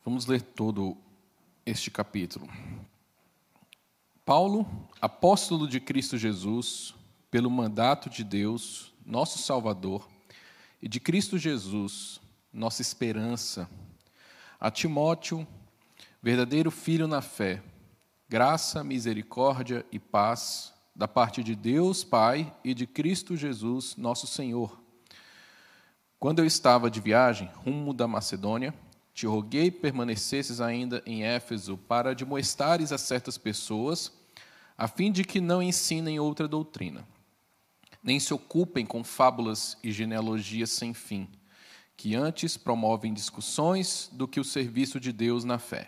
Vamos ler todo este capítulo. Paulo, apóstolo de Cristo Jesus, pelo mandato de Deus, nosso Salvador, e de Cristo Jesus, nossa esperança, a Timóteo, verdadeiro filho na fé, graça, misericórdia e paz da parte de Deus, Pai, e de Cristo Jesus, nosso Senhor. Quando eu estava de viagem, rumo da Macedônia, te roguei permanecesses ainda em Éfeso para admoestares a certas pessoas, a fim de que não ensinem outra doutrina, nem se ocupem com fábulas e genealogias sem fim, que antes promovem discussões do que o serviço de Deus na fé.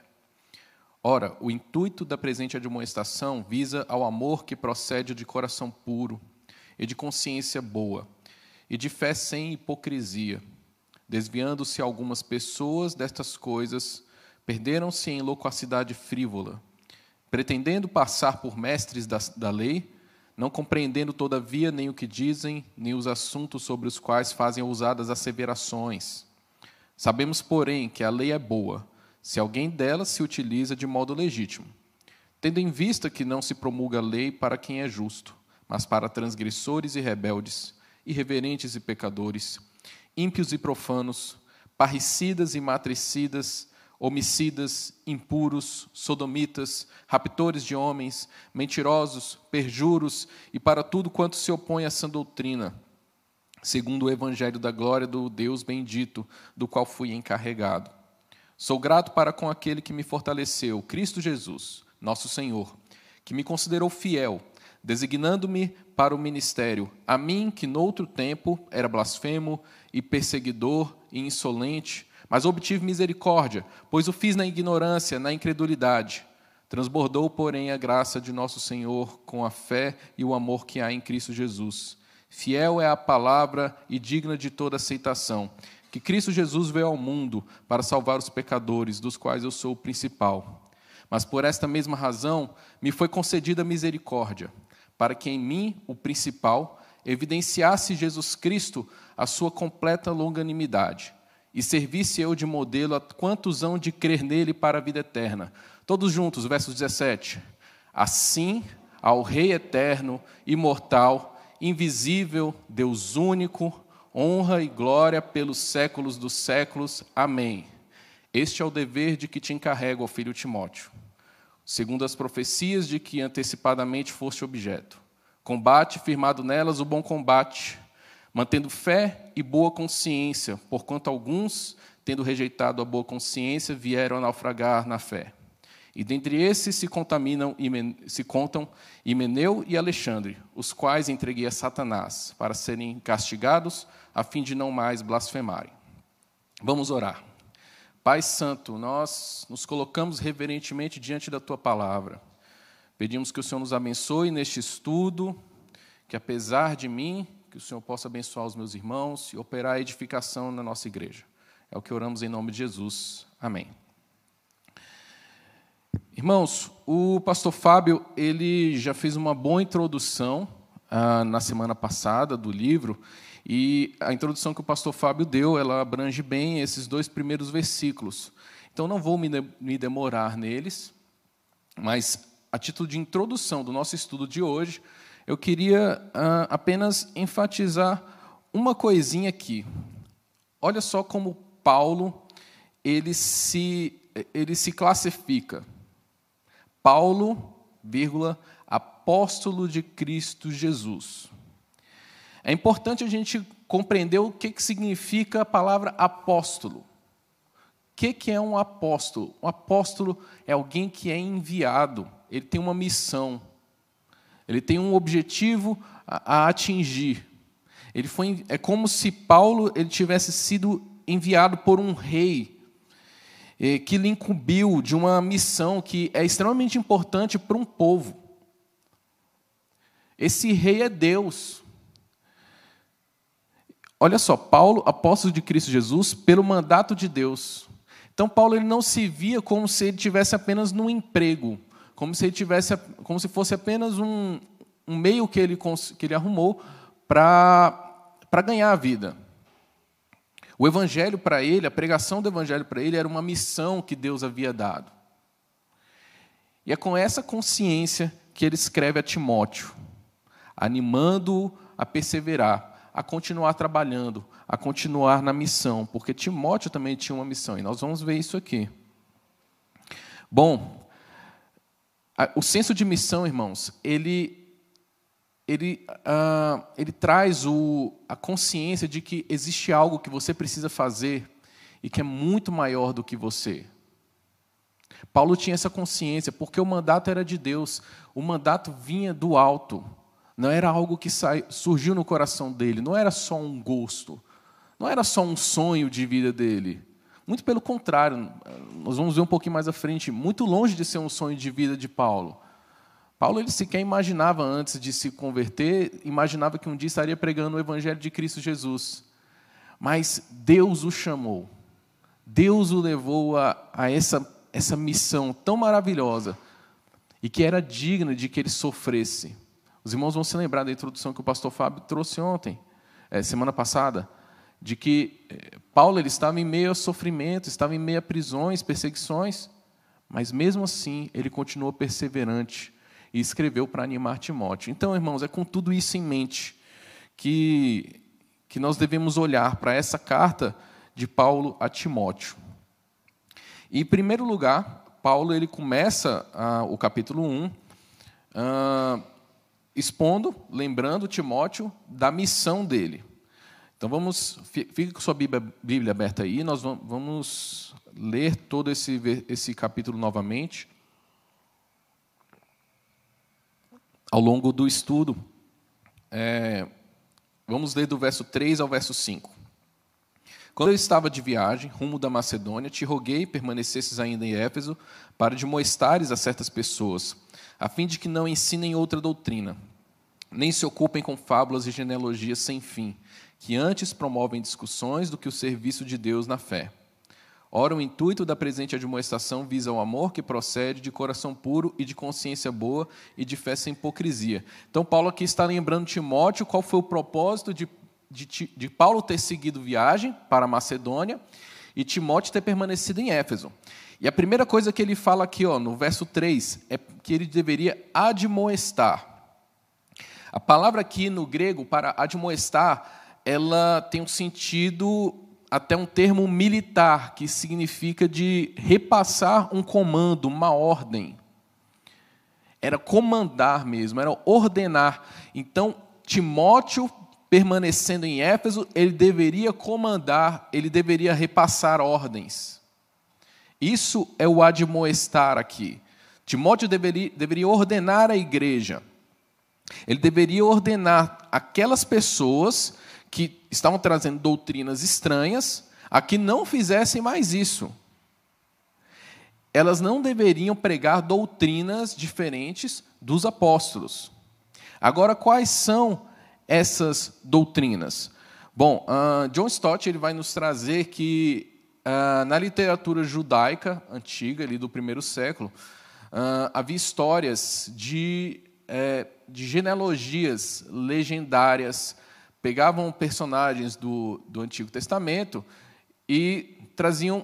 Ora, o intuito da presente admoestação visa ao amor que procede de coração puro e de consciência boa, e de fé sem hipocrisia, desviando-se algumas pessoas destas coisas, perderam-se em loquacidade frívola, pretendendo passar por mestres da lei, não compreendendo, todavia, nem o que dizem, nem os assuntos sobre os quais fazem ousadas asseverações. Sabemos, porém, que a lei é boa, se alguém dela se utiliza de modo legítimo, tendo em vista que não se promulga a lei para quem é justo, mas para transgressores e rebeldes, irreverentes e pecadores, ímpios e profanos, parricidas e matricidas, homicidas, impuros, sodomitas, raptores de homens, mentirosos, perjuros e para tudo quanto se opõe a essa doutrina, segundo o evangelho da glória do Deus bendito, do qual fui encarregado. Sou grato para com aquele que me fortaleceu, Cristo Jesus, nosso Senhor, que me considerou fiel, designando-me para o ministério, a mim que noutro tempo era blasfemo e perseguidor e insolente, mas obtive misericórdia, pois o fiz na ignorância, na incredulidade. Transbordou, porém, a graça de nosso Senhor com a fé e o amor que há em Cristo Jesus. Fiel é a palavra e digna de toda aceitação, que Cristo Jesus veio ao mundo para salvar os pecadores, dos quais eu sou o principal. Mas por esta mesma razão me foi concedida misericórdia, para que em mim, o principal, evidenciasse Jesus Cristo a sua completa longanimidade, e servisse eu de modelo a quantos hão de crer nele para a vida eterna. Todos juntos, verso 17. Assim, ao Rei eterno, imortal, invisível, Deus único, honra e glória pelos séculos dos séculos. Amém. Este é o dever de que te encarrego, ó filho Timóteo, segundo as profecias de que antecipadamente foste objeto. Combate, firmado nelas, o bom combate, mantendo fé e boa consciência, porquanto alguns, tendo rejeitado a boa consciência, vieram a naufragar na fé. E dentre esses se contam Himeneu e Alexandre, os quais entreguei a Satanás, para serem castigados, a fim de não mais blasfemarem. Vamos orar. Pai Santo, nós nos colocamos reverentemente diante da Tua palavra. Pedimos que o Senhor nos abençoe neste estudo, que apesar de mim, que o Senhor possa abençoar os meus irmãos e operar a edificação na nossa igreja. É o que oramos em nome de Jesus. Amém. Irmãos, o pastor Fábio, ele já fez uma boa introdução na semana passada do livro, e a introdução que o pastor Fábio deu, ela abrange bem esses dois primeiros versículos. Então, não vou me demorar neles, mas, a título de introdução do nosso estudo de hoje, eu queria apenas enfatizar uma coisinha aqui. Olha só como Paulo ele se classifica. Paulo, apóstolo de Cristo Jesus. É importante a gente compreender o que significa a palavra apóstolo. O que é um apóstolo? Um apóstolo é alguém que é enviado, ele tem uma missão, ele tem um objetivo a atingir. É como se Paulo ele tivesse sido enviado por um rei, que lhe incumbiu de uma missão que é extremamente importante para um povo. Esse rei é Deus. Olha só, Paulo, apóstolo de Cristo Jesus, pelo mandato de Deus. Então, Paulo ele não se via como se ele tivesse apenas num emprego, como se fosse apenas um meio que ele arrumou para ganhar a vida. O evangelho para ele, a pregação do evangelho para ele era uma missão que Deus havia dado. E é com essa consciência que ele escreve a Timóteo, animando-o a perseverar, a continuar trabalhando, a continuar na missão, porque Timóteo também tinha uma missão, e nós vamos ver isso aqui. Bom, o senso de missão, irmãos, ele traz a consciência de que existe algo que você precisa fazer e que é muito maior do que você. Paulo tinha essa consciência, porque o mandato era de Deus, o mandato vinha do alto, não era algo que surgiu no coração dele, não era só um gosto, não era só um sonho de vida dele. Muito pelo contrário, nós vamos ver um pouquinho mais à frente, muito longe de ser um sonho de vida de Paulo. Paulo ele sequer imaginava, antes de se converter, imaginava que um dia estaria pregando o Evangelho de Cristo Jesus. Mas Deus o chamou, Deus o levou a essa missão tão maravilhosa e que era digna de que ele sofresse. Os irmãos vão se lembrar da introdução que o pastor Fábio trouxe ontem, semana passada, de que Paulo ele estava em meio a sofrimento, estava em meio a prisões, perseguições, mas mesmo assim ele continuou perseverante e escreveu para animar Timóteo. Então, irmãos, é com tudo isso em mente que nós devemos olhar para essa carta de Paulo a Timóteo. E, em primeiro lugar, Paulo ele começa o capítulo 1 expondo, lembrando Timóteo da missão dele. Então, fique com sua Bíblia aberta aí, nós vamos ler todo esse capítulo novamente. Ao longo do estudo, vamos ler do verso 3 ao verso 5. Quando eu estava de viagem, rumo da Macedônia, te roguei permanecesses ainda em Éfeso, para admoestares a certas pessoas, a fim de que não ensinem outra doutrina, nem se ocupem com fábulas e genealogias sem fim, que antes promovem discussões do que o serviço de Deus na fé. Ora, o intuito da presente admoestação visa o amor que procede de coração puro e de consciência boa e de fé sem hipocrisia. Então, Paulo aqui está lembrando Timóteo qual foi o propósito de Paulo ter seguido viagem para a Macedônia e Timóteo ter permanecido em Éfeso. E a primeira coisa que ele fala aqui, no verso 3, é que ele deveria admoestar. A palavra aqui no grego, para admoestar, ela tem um sentido, até um termo militar, que significa de repassar um comando, uma ordem. Era comandar mesmo, era ordenar. Então, Timóteo, permanecendo em Éfeso, ele deveria comandar, ele deveria repassar ordens. Isso é o admoestar aqui. Timóteo deveria ordenar a igreja. Ele deveria ordenar aquelas pessoas que estavam trazendo doutrinas estranhas a que não fizessem mais isso. Elas não deveriam pregar doutrinas diferentes dos apóstolos. Agora, quais são essas doutrinas? Bom, John Stott ele vai nos trazer que na literatura judaica antiga, ali do primeiro século, havia histórias de genealogias legendárias, pegavam personagens do Antigo Testamento e traziam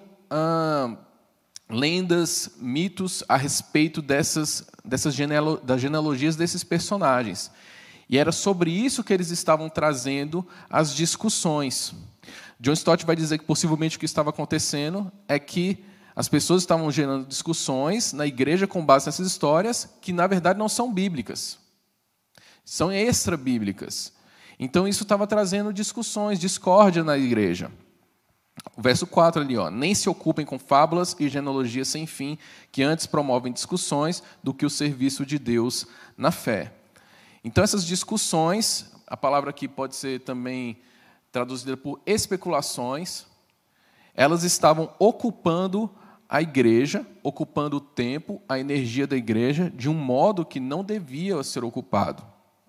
lendas, mitos a respeito das genealogias desses personagens. E era sobre isso que eles estavam trazendo as discussões. John Stott vai dizer que possivelmente o que estava acontecendo é que as pessoas estavam gerando discussões na igreja com base nessas histórias que, na verdade, não são bíblicas. São extra-bíblicas. Então, isso estava trazendo discussões, discórdia na igreja. O verso 4 ali, nem se ocupem com fábulas e genealogias sem fim, que antes promovem discussões do que o serviço de Deus na fé. Então, essas discussões, a palavra aqui pode ser também traduzida por especulações, elas estavam ocupando a igreja, ocupando o tempo, a energia da igreja, de um modo que não devia ser ocupado.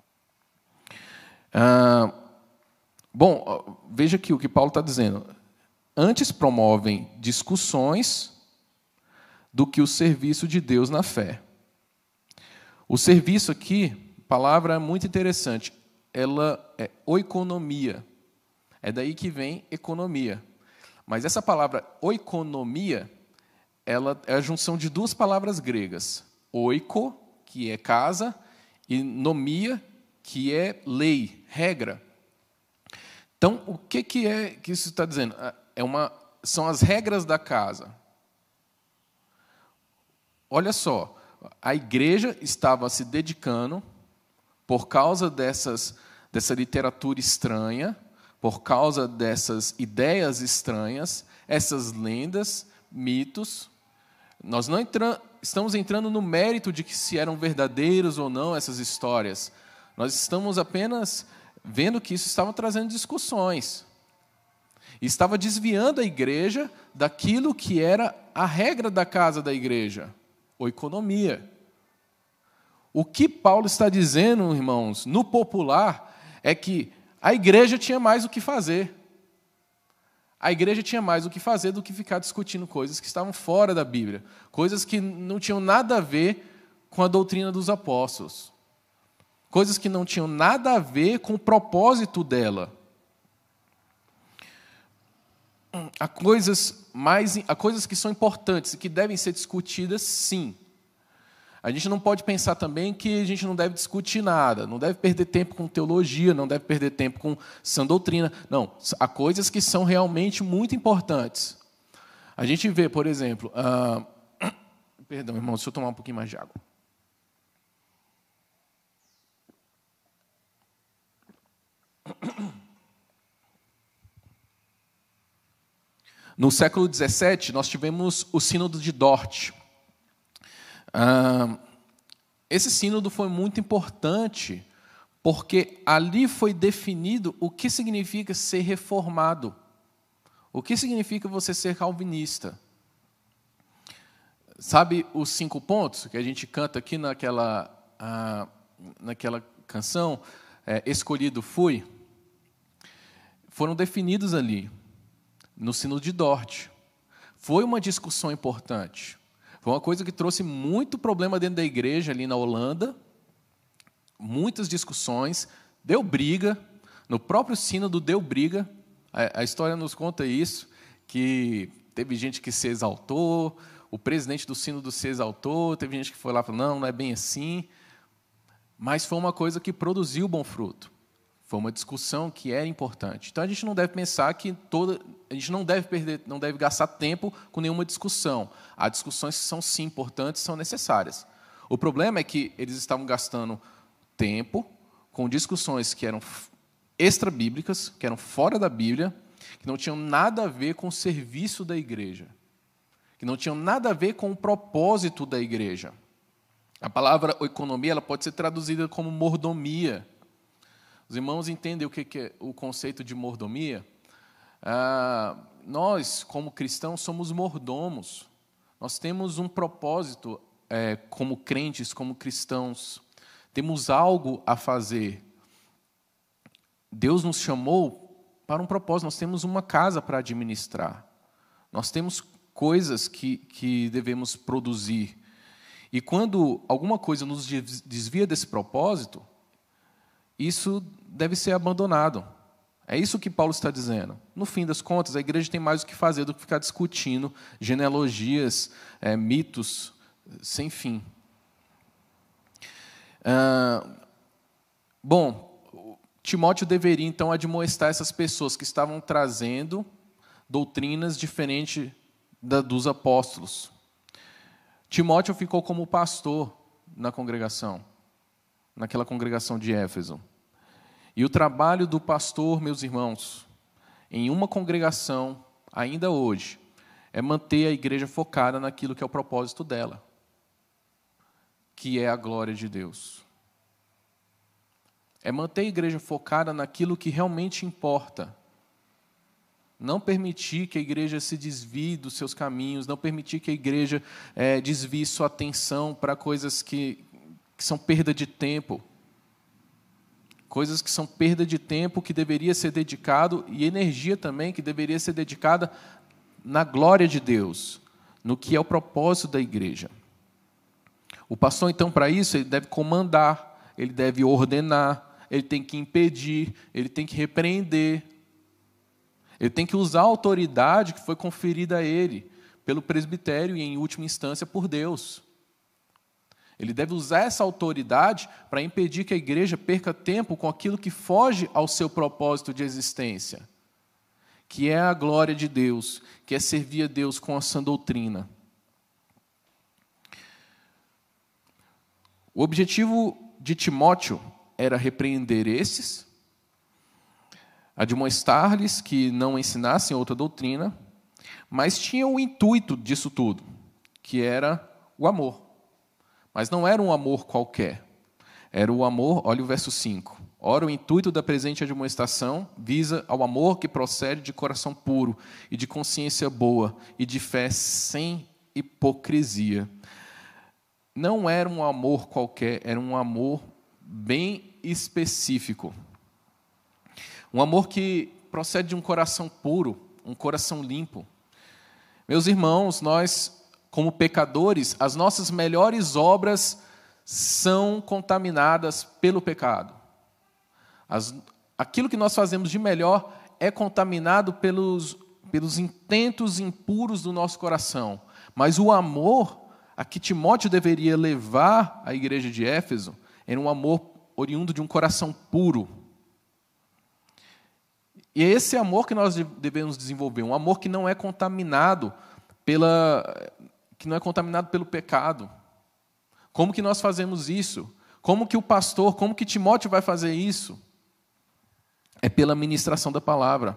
Bom, veja aqui o que Paulo está dizendo. Antes promovem discussões do que o serviço de Deus na fé. O serviço aqui, palavra muito interessante, ela é oikonomia. É daí que vem economia. Mas essa palavra oikonomia, ela é a junção de duas palavras gregas. Oiko, que é casa, e nomia, que é lei, regra. Então, o que é que isso está dizendo? São as regras da casa. Olha só, a igreja estava se dedicando, por causa dessa literatura estranha, por causa dessas ideias estranhas, essas lendas, mitos. Nós não estamos entrando no mérito de que se eram verdadeiros ou não essas histórias. Nós estamos apenas vendo que isso estava trazendo discussões. E estava desviando a igreja daquilo que era a regra da casa da igreja, oikonomia. O que Paulo está dizendo, irmãos, no popular, é que a igreja tinha mais o que fazer. A igreja tinha mais o que fazer do que ficar discutindo coisas que estavam fora da Bíblia, coisas que não tinham nada a ver com a doutrina dos apóstolos, coisas que não tinham nada a ver com o propósito dela. Há coisas que são importantes e que devem ser discutidas, sim. A gente não pode pensar também que a gente não deve discutir nada, não deve perder tempo com teologia, não deve perder tempo com sã doutrina. Não, há coisas que são realmente muito importantes. A gente vê, por exemplo... Perdão, irmão, deixa eu tomar um pouquinho mais de água. No século XVII, nós tivemos o Sínodo de Dort. Esse sínodo foi muito importante, porque ali foi definido o que significa ser reformado, o que significa você ser calvinista. Sabe os 5 pontos que a gente canta aqui naquela canção, Escolhido Fui? Foram definidos ali, no Sínodo de Dort. Foi uma discussão importante. Foi uma coisa que trouxe muito problema dentro da igreja, ali na Holanda, muitas discussões, deu briga, no próprio sínodo deu briga, a história nos conta isso, que teve gente que se exaltou, o presidente do sínodo se exaltou, teve gente que foi lá e falou, não é bem assim, mas foi uma coisa que produziu bom fruto. Foi uma discussão que é importante. Então, a gente não deve pensar que a gente não deve gastar tempo com nenhuma discussão. Há discussões que são, sim, importantes, são necessárias. O problema é que eles estavam gastando tempo com discussões que eram extra-bíblicas, que eram fora da Bíblia, que não tinham nada a ver com o serviço da igreja, que não tinham nada a ver com o propósito da igreja. A palavra oikonomia ela pode ser traduzida como mordomia. Os irmãos entendem o que é o conceito de mordomia? Nós, como cristãos, somos mordomos. Nós temos um propósito como crentes, como cristãos. Temos algo a fazer. Deus nos chamou para um propósito. Nós temos uma casa para administrar. Nós temos coisas que devemos produzir. E quando alguma coisa nos desvia desse propósito, isso deve ser abandonado. É isso que Paulo está dizendo. No fim das contas, a igreja tem mais o que fazer do que ficar discutindo genealogias, mitos, sem fim. Timóteo deveria, então, admoestar essas pessoas que estavam trazendo doutrinas diferentes dos apóstolos. Timóteo ficou como pastor na congregação, naquela congregação de Éfeso. E o trabalho do pastor, meus irmãos, em uma congregação, ainda hoje, é manter a igreja focada naquilo que é o propósito dela, que é a glória de Deus. É manter a igreja focada naquilo que realmente importa. Não permitir que a igreja se desvie dos seus caminhos, não permitir que a igreja desvie sua atenção para coisas que são perda de tempo. Coisas que são perda de tempo, que deveria ser dedicado, e energia também, que deveria ser dedicada na glória de Deus, no que é o propósito da igreja. O pastor, então, para isso, ele deve comandar, ele deve ordenar, ele tem que impedir, ele tem que repreender. Ele tem que usar a autoridade que foi conferida a ele pelo presbitério e, em última instância, por Deus. Ele deve usar essa autoridade para impedir que a igreja perca tempo com aquilo que foge ao seu propósito de existência, que é a glória de Deus, que é servir a Deus com a sã doutrina. O objetivo de Timóteo era repreender esses, admoestar-lhes que não ensinassem outra doutrina, mas tinha o intuito disso tudo, que era o amor. Mas não era um amor qualquer. Era o amor, olha o verso 5. Ora, o intuito da presente admoestação visa ao amor que procede de coração puro e de consciência boa e de fé sem hipocrisia. Não era um amor qualquer, era um amor bem específico. Um amor que procede de um coração puro, um coração limpo. Meus irmãos, nós, como pecadores, as nossas melhores obras são contaminadas pelo pecado. Aquilo que nós fazemos de melhor é contaminado pelos intentos impuros do nosso coração. Mas o amor a que Timóteo deveria levar a igreja de Éfeso era um amor oriundo de um coração puro. E é esse amor que nós devemos desenvolver, um amor que não é contaminado pelo pecado. Como que nós fazemos isso? Como que o pastor, como que Timóteo vai fazer isso? É pela ministração da palavra.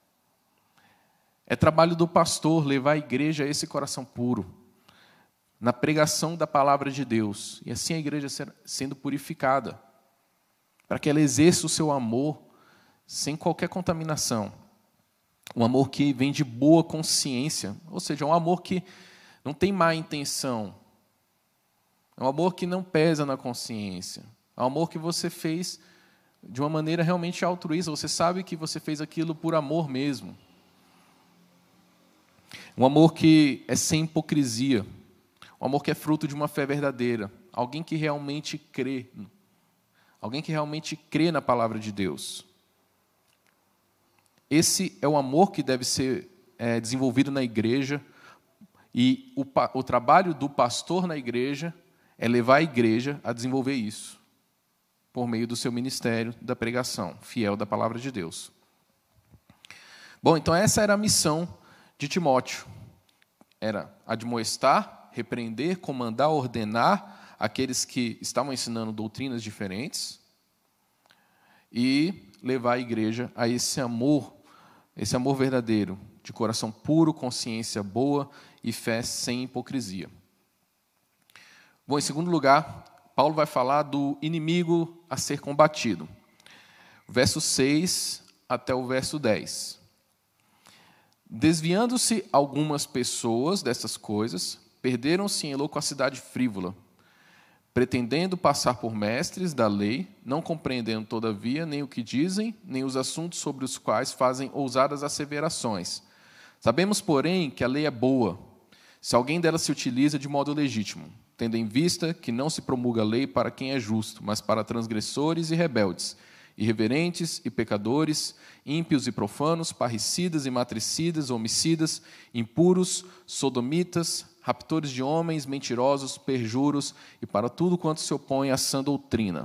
É trabalho do pastor levar a igreja a esse coração puro, na pregação da palavra de Deus, e assim a igreja sendo purificada, para que ela exerça o seu amor sem qualquer contaminação. Um amor que vem de boa consciência, ou seja, um amor que não tem má intenção. É um amor que não pesa na consciência. É um amor que você fez de uma maneira realmente altruísta. Você sabe que você fez aquilo por amor mesmo. Um amor que é sem hipocrisia. Um amor que é fruto de uma fé verdadeira. Alguém que realmente crê. Alguém que realmente crê na palavra de Deus. Esse é o amor que deve ser desenvolvido na igreja. E o trabalho do pastor na igreja é levar a igreja a desenvolver isso, por meio do seu ministério da pregação, fiel da palavra de Deus. Bom, então essa era a missão de Timóteo. Era admoestar, repreender, comandar, ordenar aqueles que estavam ensinando doutrinas diferentes e levar a igreja a esse amor verdadeiro, de coração puro, consciência boa e fé sem hipocrisia. Bom, em segundo lugar, Paulo vai falar do inimigo a ser combatido. Verso 6 até o verso 10. Desviando-se algumas pessoas dessas coisas, perderam-se em loquacidade frívola, pretendendo passar por mestres da lei, não compreendendo, todavia, nem o que dizem, nem os assuntos sobre os quais fazem ousadas asseverações. Sabemos, porém, que a lei é boa, se alguém dela se utiliza de modo legítimo, tendo em vista que não se promulga a lei para quem é justo, mas para transgressores e rebeldes, irreverentes e pecadores, ímpios e profanos, parricidas e matricidas, homicidas, impuros, sodomitas, raptores de homens, mentirosos, perjuros e para tudo quanto se opõe à sã doutrina.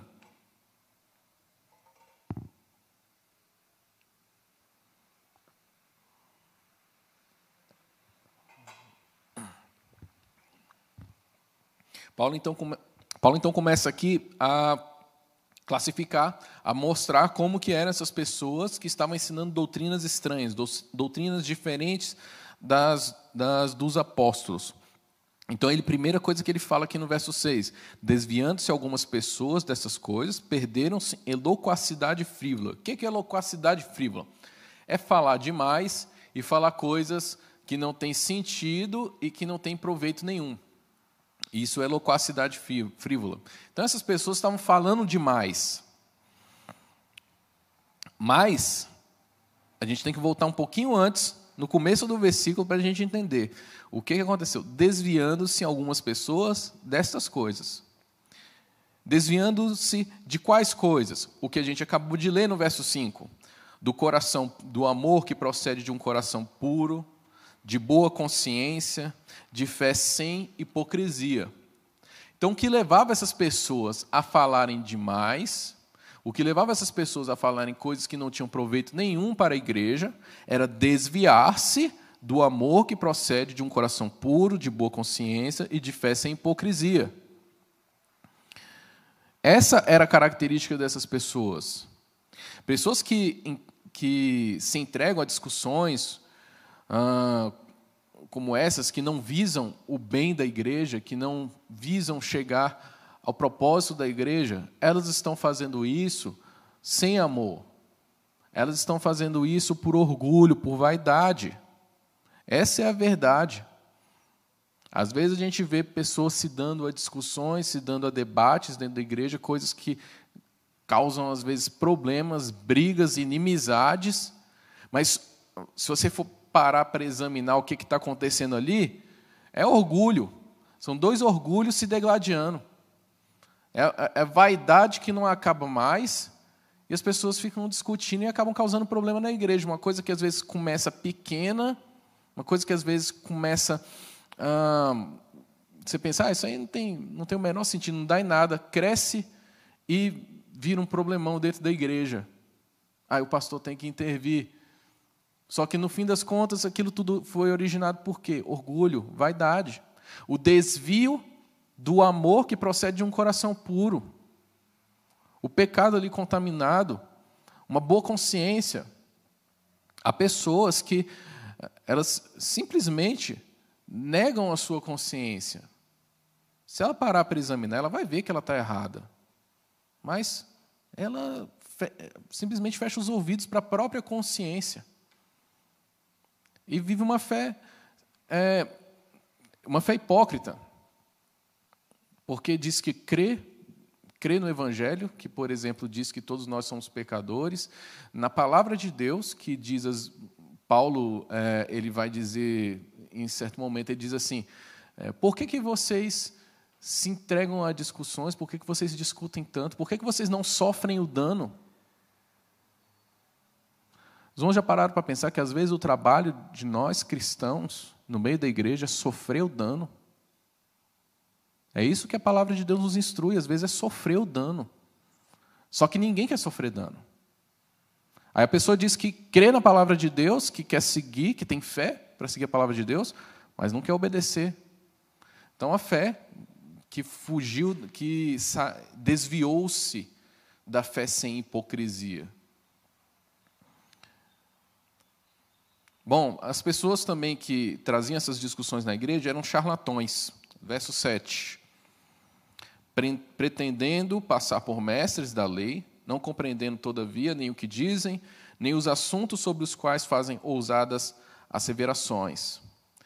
Paulo então começa aqui a classificar, a mostrar como que eram essas pessoas que estavam ensinando doutrinas estranhas, doutrinas diferentes dos apóstolos. Então, a primeira coisa que ele fala aqui no verso 6, desviando-se algumas pessoas dessas coisas, perderam-se em loquacidade frívola. O que é loquacidade frívola? É falar demais e falar coisas que não têm sentido e que não têm proveito nenhum. Isso é loquacidade frívola. Então, essas pessoas estavam falando demais. Mas, a gente tem que voltar um pouquinho antes, no começo do versículo, para a gente entender o que aconteceu. Desviando-se algumas pessoas destas coisas. Desviando-se de quais coisas? O que a gente acabou de ler no verso 5. do coração, do amor que procede de um coração puro, de boa consciência, de fé sem hipocrisia. Então, o que levava essas pessoas a falarem demais, o que levava essas pessoas a falarem coisas que não tinham proveito nenhum para a igreja, era desviar-se do amor que procede de um coração puro, de boa consciência e de fé sem hipocrisia. Essa era a característica dessas pessoas. Pessoas que se entregam a discussões como essas, que não visam o bem da igreja, que não visam chegar ao propósito da igreja, elas estão fazendo isso sem amor. Elas estão fazendo isso por orgulho, por vaidade. Essa é a verdade. Às vezes a gente vê pessoas se dando a discussões, se dando a debates dentro da igreja, coisas que causam, às vezes, problemas, brigas, inimizades, mas se você for parar para examinar o que está acontecendo ali, é orgulho. São dois orgulhos se degladiando. É vaidade que não acaba mais, e as pessoas ficam discutindo e acabam causando problema na igreja. Uma coisa que às vezes começa pequena, uma coisa que às vezes começa... você pensa, isso aí não tem o menor sentido, não dá em nada, cresce e vira um problemão dentro da igreja. Aí o pastor tem que intervir. Só que, no fim das contas, aquilo tudo foi originado por quê? Orgulho, vaidade. O desvio do amor que procede de um coração puro. O pecado ali contaminado, uma boa consciência. Há pessoas que elas simplesmente negam a sua consciência. Se ela parar para examinar, ela vai ver que ela está errada. Mas ela simplesmente fecha os ouvidos para a própria consciência. E vive uma fé hipócrita. Porque diz que crê no Evangelho, que, por exemplo, diz que todos nós somos pecadores. Na palavra de Deus, que diz... Paulo, ele vai dizer, em certo momento, ele diz assim, por que vocês se entregam a discussões, por que vocês discutem tanto, por que vocês não sofrem o dano? Os irmãos já pararam para pensar que, às vezes, o trabalho de nós, cristãos, no meio da igreja, é sofrer o dano? É isso que a palavra de Deus nos instrui, às vezes é sofrer o dano. Só que ninguém quer sofrer dano. Aí a pessoa diz que crê na palavra de Deus, que quer seguir, que tem fé para seguir a palavra de Deus, mas não quer obedecer. Então a fé que fugiu, que desviou-se da fé sem hipocrisia. Bom, as pessoas também que traziam essas discussões na igreja eram charlatões. Verso 7. Pretendendo passar por mestres da lei, não compreendendo, todavia, nem o que dizem, nem os assuntos sobre os quais fazem ousadas asseverações.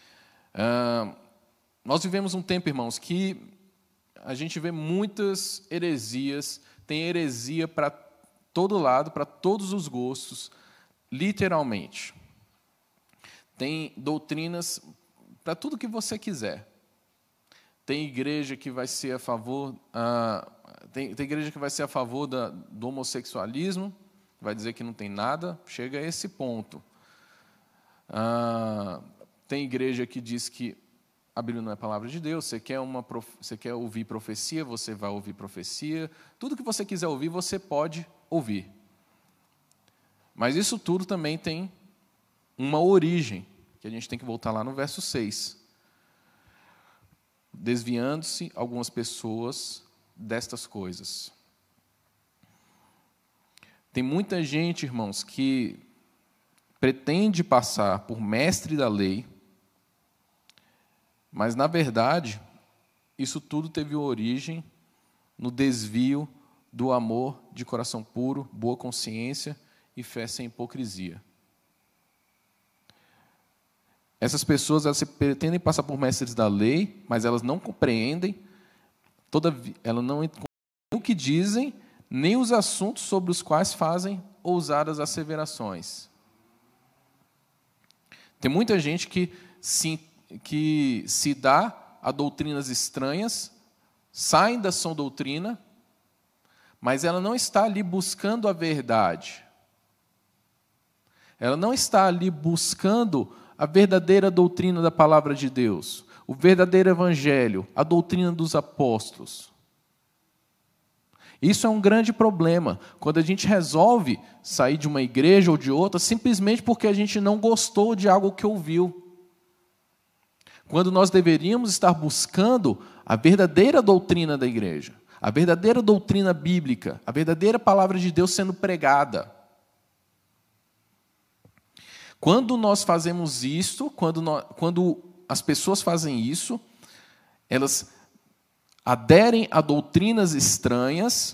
Nós vivemos um tempo, irmãos, que a gente vê muitas heresias, tem heresia para todo lado, para todos os gostos, literalmente. Tem doutrinas para tudo que você quiser. Tem igreja que vai ser a favor... Tem igreja que vai ser a favor do homossexualismo, vai dizer que não tem nada, chega a esse ponto. Tem igreja que diz que a Bíblia não é a palavra de Deus, você quer ouvir profecia, você vai ouvir profecia, tudo que você quiser ouvir, você pode ouvir. Mas isso tudo também tem uma origem, que a gente tem que voltar lá no verso 6. Desviando-se algumas pessoas destas coisas. Tem muita gente, irmãos, que pretende passar por mestre da lei, mas, na verdade, isso tudo teve origem no desvio do amor de coração puro, boa consciência e fé sem hipocrisia. Essas pessoas, elas pretendem passar por mestres da lei, mas elas não compreendem, elas não entendem o que dizem, nem os assuntos sobre os quais fazem ousadas asseverações. Tem muita gente que se dá a doutrinas estranhas, saem da sã doutrina, mas ela não está ali buscando a verdade. ela não está ali buscando a verdadeira doutrina da palavra de Deus, o verdadeiro evangelho, a doutrina dos apóstolos. Isso é um grande problema, quando a gente resolve sair de uma igreja ou de outra, simplesmente porque a gente não gostou de algo que ouviu. Quando nós deveríamos estar buscando a verdadeira doutrina da igreja, a verdadeira doutrina bíblica, a verdadeira palavra de Deus sendo pregada. Quando nós fazemos isso, quando as pessoas fazem isso, elas aderem a doutrinas estranhas,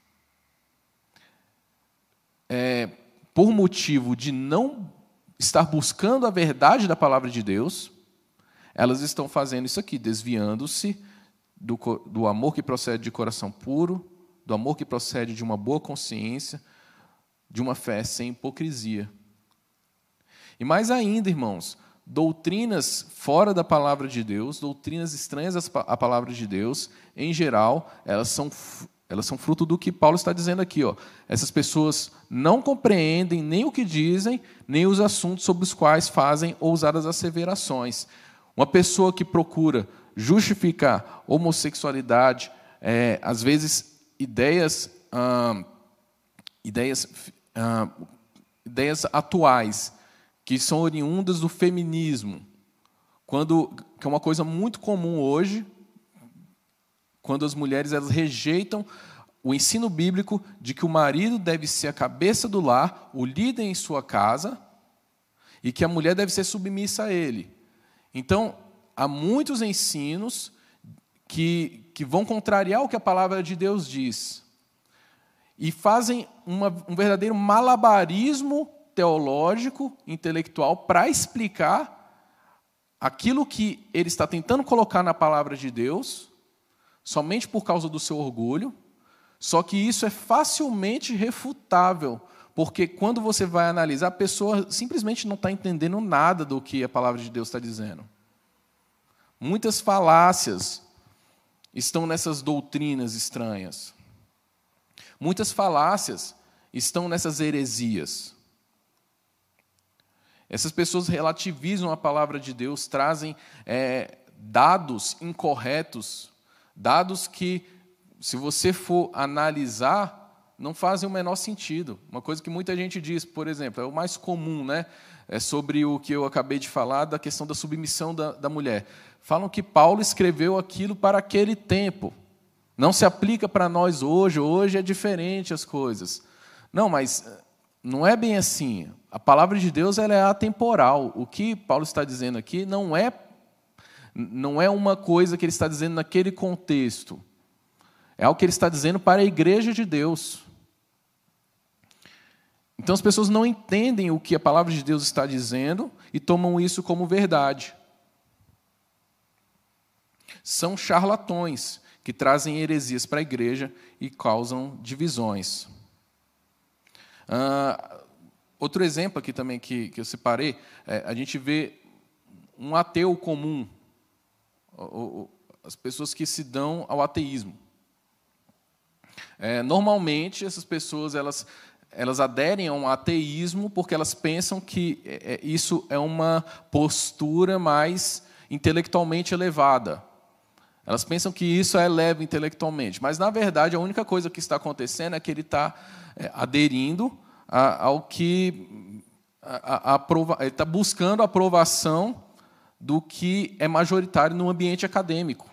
por motivo de não estar buscando a verdade da palavra de Deus, elas estão fazendo isso aqui, desviando-se do amor que procede de coração puro, do amor que procede de uma boa consciência, de uma fé sem hipocrisia. E mais ainda, irmãos, doutrinas fora da palavra de Deus, doutrinas estranhas à palavra de Deus, em geral, elas são fruto do que Paulo está dizendo aqui. Essas pessoas não compreendem nem o que dizem, nem os assuntos sobre os quais fazem ousadas asseverações. Uma pessoa que procura justificar homossexualidade, às vezes ideias atuais, que são oriundas do feminismo, que é uma coisa muito comum hoje, quando as mulheres elas rejeitam o ensino bíblico de que o marido deve ser a cabeça do lar, o líder em sua casa, e que a mulher deve ser submissa a ele. Então, há muitos ensinos que vão contrariar o que a palavra de Deus diz, e fazem um verdadeiro malabarismo teológico, intelectual, para explicar aquilo que ele está tentando colocar na palavra de Deus, somente por causa do seu orgulho, só que isso é facilmente refutável, porque quando você vai analisar, a pessoa simplesmente não está entendendo nada do que a palavra de Deus está dizendo. Muitas falácias estão nessas doutrinas estranhas. Muitas falácias estão nessas heresias. Essas pessoas relativizam a palavra de Deus, trazem dados incorretos, dados que, se você for analisar, não fazem o menor sentido. Uma coisa que muita gente diz, por exemplo, é o mais comum, né? É sobre o que eu acabei de falar, da questão da submissão da mulher. Falam que Paulo escreveu aquilo para aquele tempo. Não se aplica para nós hoje é diferente as coisas. Não, mas não é bem assim. A palavra de Deus ela é atemporal. O que Paulo está dizendo aqui não é uma coisa que ele está dizendo naquele contexto. É algo que ele está dizendo para a igreja de Deus. Então as pessoas não entendem o que a palavra de Deus está dizendo e tomam isso como verdade. São charlatões que trazem heresias para a igreja e causam divisões. Outro exemplo aqui também que eu separei, a gente vê um ateu comum, as pessoas que se dão ao ateísmo. Normalmente, essas pessoas elas aderem a um ateísmo porque elas pensam que isso é uma postura mais intelectualmente elevada. Elas pensam que isso é leve intelectualmente, mas, na verdade, a única coisa que está acontecendo é que ele está aderindo ao que... ele está buscando a aprovação do que é majoritário no ambiente acadêmico.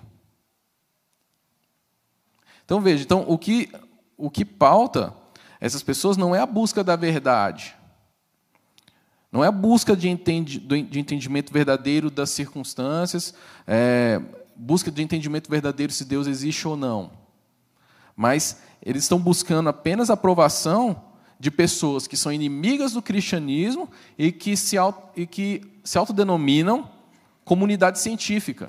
Então, veja, o que pauta essas pessoas não é a busca da verdade, não é a busca de entendimento verdadeiro das circunstâncias, busca de entendimento verdadeiro se Deus existe ou não. Mas eles estão buscando apenas a aprovação de pessoas que são inimigas do cristianismo e que se autodenominam comunidade científica.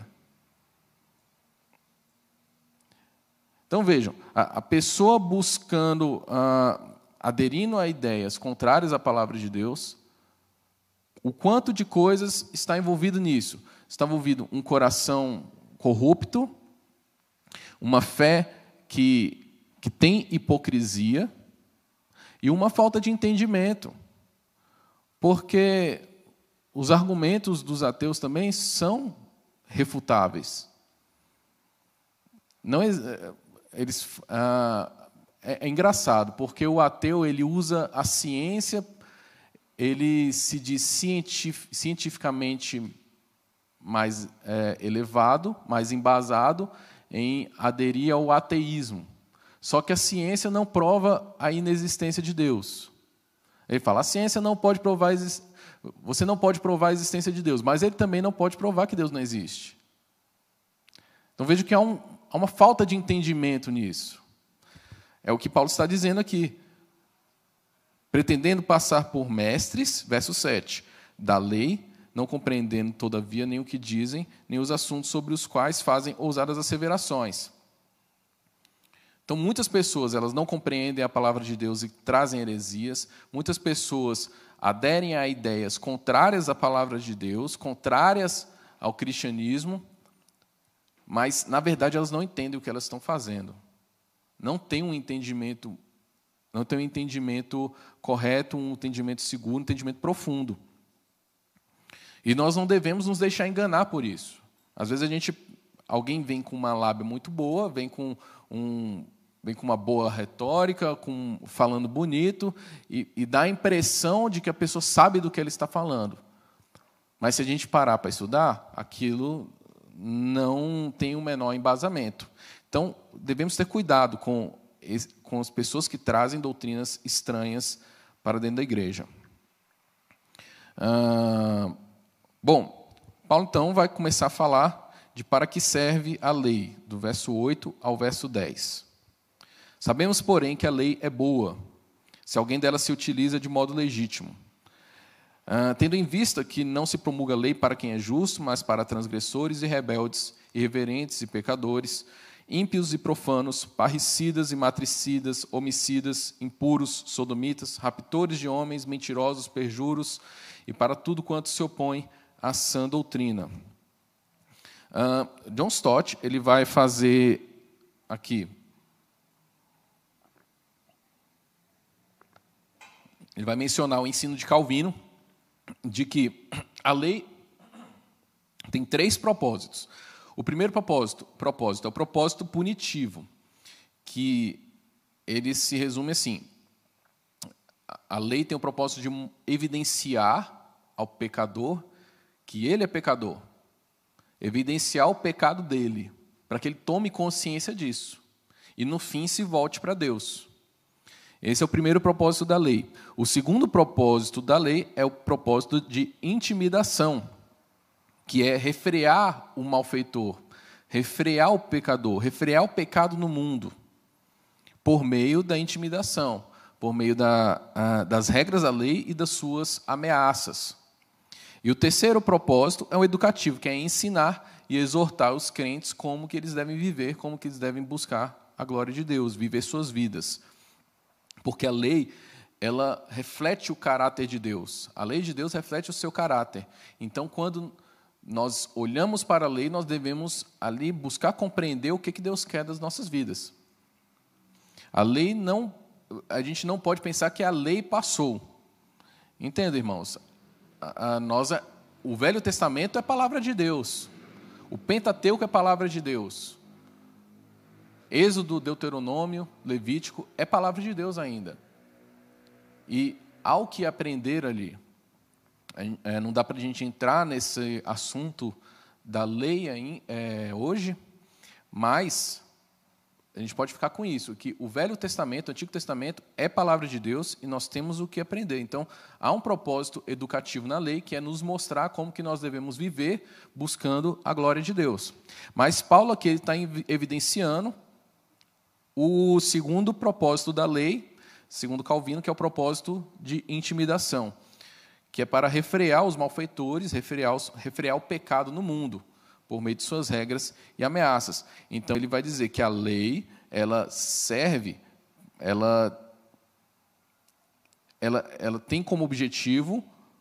Então, vejam, a pessoa buscando, aderindo a ideias contrárias à palavra de Deus, o quanto de coisas está envolvido nisso? Está envolvido um coração corrupto, uma fé que tem hipocrisia e uma falta de entendimento. Porque os argumentos dos ateus também são refutáveis. Não, é engraçado, porque o ateu ele usa a ciência, ele se diz cientificamente mais elevado, mais embasado em aderir ao ateísmo. Só que a ciência não prova a inexistência de Deus. Ele fala, a ciência não pode provar, você não pode provar a existência de Deus, mas ele também não pode provar que Deus não existe. Então veja que há uma falta de entendimento nisso. É o que Paulo está dizendo aqui. Pretendendo passar por mestres, verso 7, da lei, não compreendendo, todavia, nem o que dizem, nem os assuntos sobre os quais fazem ousadas asseverações. Então, muitas pessoas elas não compreendem a palavra de Deus e trazem heresias. Muitas pessoas aderem a ideias contrárias à palavra de Deus, contrárias ao cristianismo, mas, na verdade, elas não entendem o que elas estão fazendo. Não têm um entendimento, não têm um entendimento correto, um entendimento seguro, um entendimento profundo. E nós não devemos nos deixar enganar por isso. Às vezes alguém vem com uma lábia muito boa, vem com uma boa retórica, falando bonito, e dá a impressão de que a pessoa sabe do que ela está falando. Mas se a gente parar para estudar, aquilo não tem o menor embasamento. Então, devemos ter cuidado com as pessoas que trazem doutrinas estranhas para dentro da igreja. Bom, Paulo, então, vai começar a falar de para que serve a lei, do verso 8 ao verso 10. Sabemos, porém, que a lei é boa, se alguém dela se utiliza de modo legítimo. Tendo em vista que não se promulga lei para quem é justo, mas para transgressores e rebeldes, irreverentes e pecadores, ímpios e profanos, parricidas e matricidas, homicidas, impuros, sodomitas, raptores de homens, mentirosos, perjuros, e para tudo quanto se opõe à sã doutrina. John Stott ele vai fazer aqui. Ele vai mencionar o ensino de Calvino, de que a lei tem 3 propósitos. O primeiro propósito é o propósito punitivo, que ele se resume assim. A lei tem o propósito de evidenciar ao pecador que ele é pecador, evidenciar o pecado dele, para que ele tome consciência disso e, no fim, se volte para Deus. Esse é o primeiro propósito da lei. O segundo propósito da lei é o propósito de intimidação, que é refrear o malfeitor, refrear o pecador, refrear o pecado no mundo, por meio da intimidação, por meio das regras da lei e das suas ameaças. E o terceiro propósito é o educativo, que é ensinar e exortar os crentes como que eles devem viver, como que eles devem buscar a glória de Deus, viver suas vidas. Porque a lei, ela reflete o caráter de Deus. A lei de Deus reflete o seu caráter. Então, quando nós olhamos para a lei, nós devemos ali buscar compreender o que Deus quer das nossas vidas. A gente não pode pensar que a lei passou. Entenda, irmãos? O Velho Testamento é palavra de Deus. O Pentateuco é palavra de Deus. Êxodo, Deuteronômio, Levítico é palavra de Deus ainda. E há o que aprender ali. Não dá para a gente entrar nesse assunto da lei hoje, mas a gente pode ficar com isso, que o Velho Testamento, o Antigo Testamento é palavra de Deus e nós temos o que aprender. Então, há um propósito educativo na lei, que é nos mostrar como que nós devemos viver buscando a glória de Deus. Mas Paulo aqui está evidenciando o segundo propósito da lei, segundo Calvino, que é o propósito de intimidação, que é para refrear os malfeitores, refrear o pecado no mundo, por meio de suas regras e ameaças. Então, ele vai dizer que a lei, ela serve, ela tem como objetivo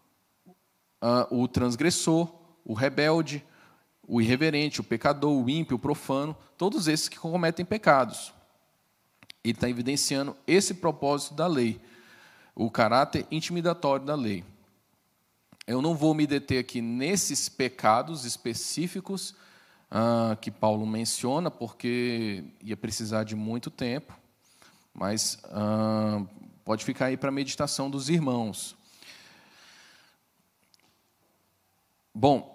o transgressor, o rebelde, o irreverente, o pecador, o ímpio, o profano, todos esses que cometem pecados. Ele está evidenciando esse propósito da lei, o caráter intimidatório da lei. Eu não vou me deter aqui nesses pecados específicos que Paulo menciona, porque ia precisar de muito tempo, mas pode ficar aí para a meditação dos irmãos. Bom,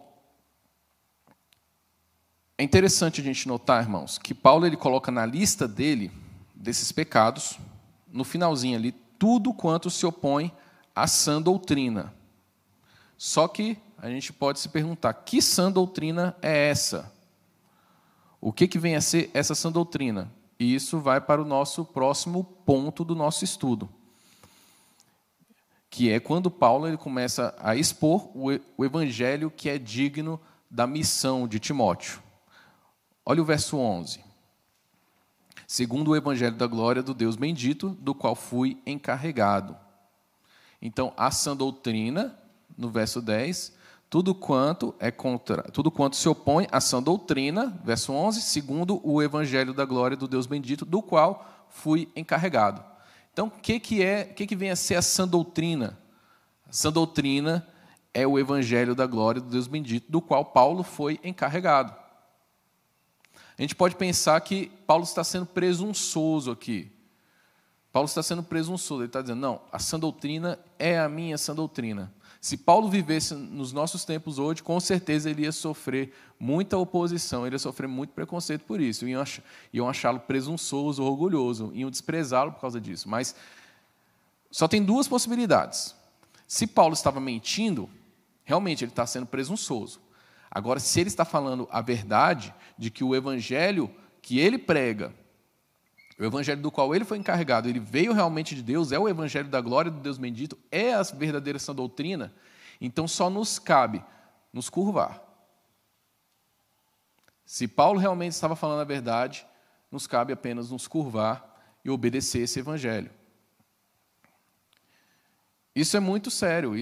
é interessante a gente notar, irmãos, que Paulo ele coloca na lista dele, desses pecados, no finalzinho ali, tudo quanto se opõe à sã doutrina. Só que a gente pode se perguntar, que sã doutrina é essa? O que vem a ser essa sã doutrina? E isso vai para o nosso próximo ponto do nosso estudo, que é quando Paulo ele começa a expor o evangelho que é digno da missão de Timóteo. Olha o verso 11. Segundo o evangelho da glória do Deus bendito, do qual fui encarregado. Então, a sã doutrina, no verso 10, tudo quanto se opõe à sã doutrina, verso 11, segundo o evangelho da glória do Deus bendito, do qual fui encarregado. Então, o que vem a ser a sã doutrina? A sã doutrina é o evangelho da glória do Deus bendito, do qual Paulo foi encarregado. A gente pode pensar que Paulo está sendo presunçoso aqui. Paulo está sendo presunçoso, ele está dizendo, não, a sã doutrina é a minha sã doutrina. Se Paulo vivesse nos nossos tempos hoje, com certeza ele ia sofrer muita oposição, ele ia sofrer muito preconceito por isso, iam achá-lo presunçoso, orgulhoso, iam desprezá-lo por causa disso. Mas só tem duas possibilidades. Se Paulo estava mentindo, realmente ele está sendo presunçoso. Agora, se ele está falando a verdade de que o evangelho que ele prega, o evangelho do qual ele foi encarregado, ele veio realmente de Deus, é o evangelho da glória do Deus bendito, é a verdadeira sã doutrina, então só nos cabe nos curvar. Se Paulo realmente estava falando a verdade, nos cabe apenas nos curvar e obedecer esse evangelho. Isso é muito sério,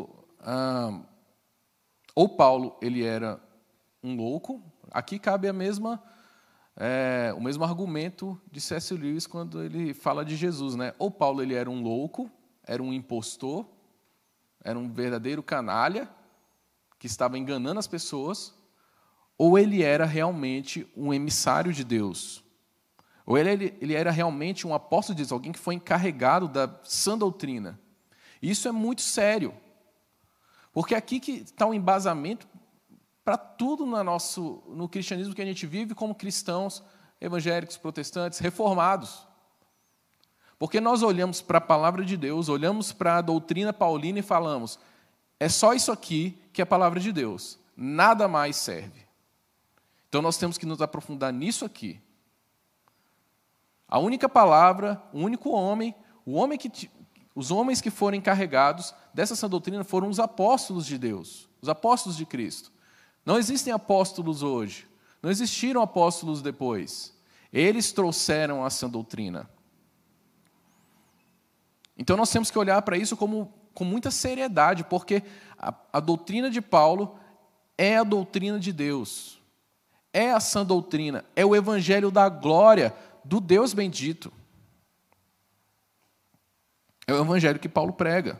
ou Paulo ele era um louco, aqui cabe o mesmo argumento de C.S. Lewis quando ele fala de Jesus, né? Ou Paulo ele era um louco, era um impostor, era um verdadeiro canalha que estava enganando as pessoas, ou ele era realmente um emissário de Deus, ou ele era realmente um apóstolo de Deus, alguém que foi encarregado da sã doutrina. Isso é muito sério. Porque aqui que está o embasamento para tudo no cristianismo que a gente vive como cristãos evangélicos, protestantes, reformados. Porque nós olhamos para a palavra de Deus, olhamos para a doutrina paulina e falamos, é só isso aqui que é a palavra de Deus, nada mais serve. Então nós temos que nos aprofundar nisso aqui. A única palavra, o único homem, os homens que foram encarregados dessa sã doutrina foram os apóstolos de Deus, os apóstolos de Cristo. Não existem apóstolos hoje, não existiram apóstolos depois. Eles trouxeram a sã doutrina. Então nós temos que olhar para isso com muita seriedade, porque a doutrina de Paulo é a doutrina de Deus, é a sã doutrina, é o evangelho da glória do Deus bendito. É o evangelho que Paulo prega.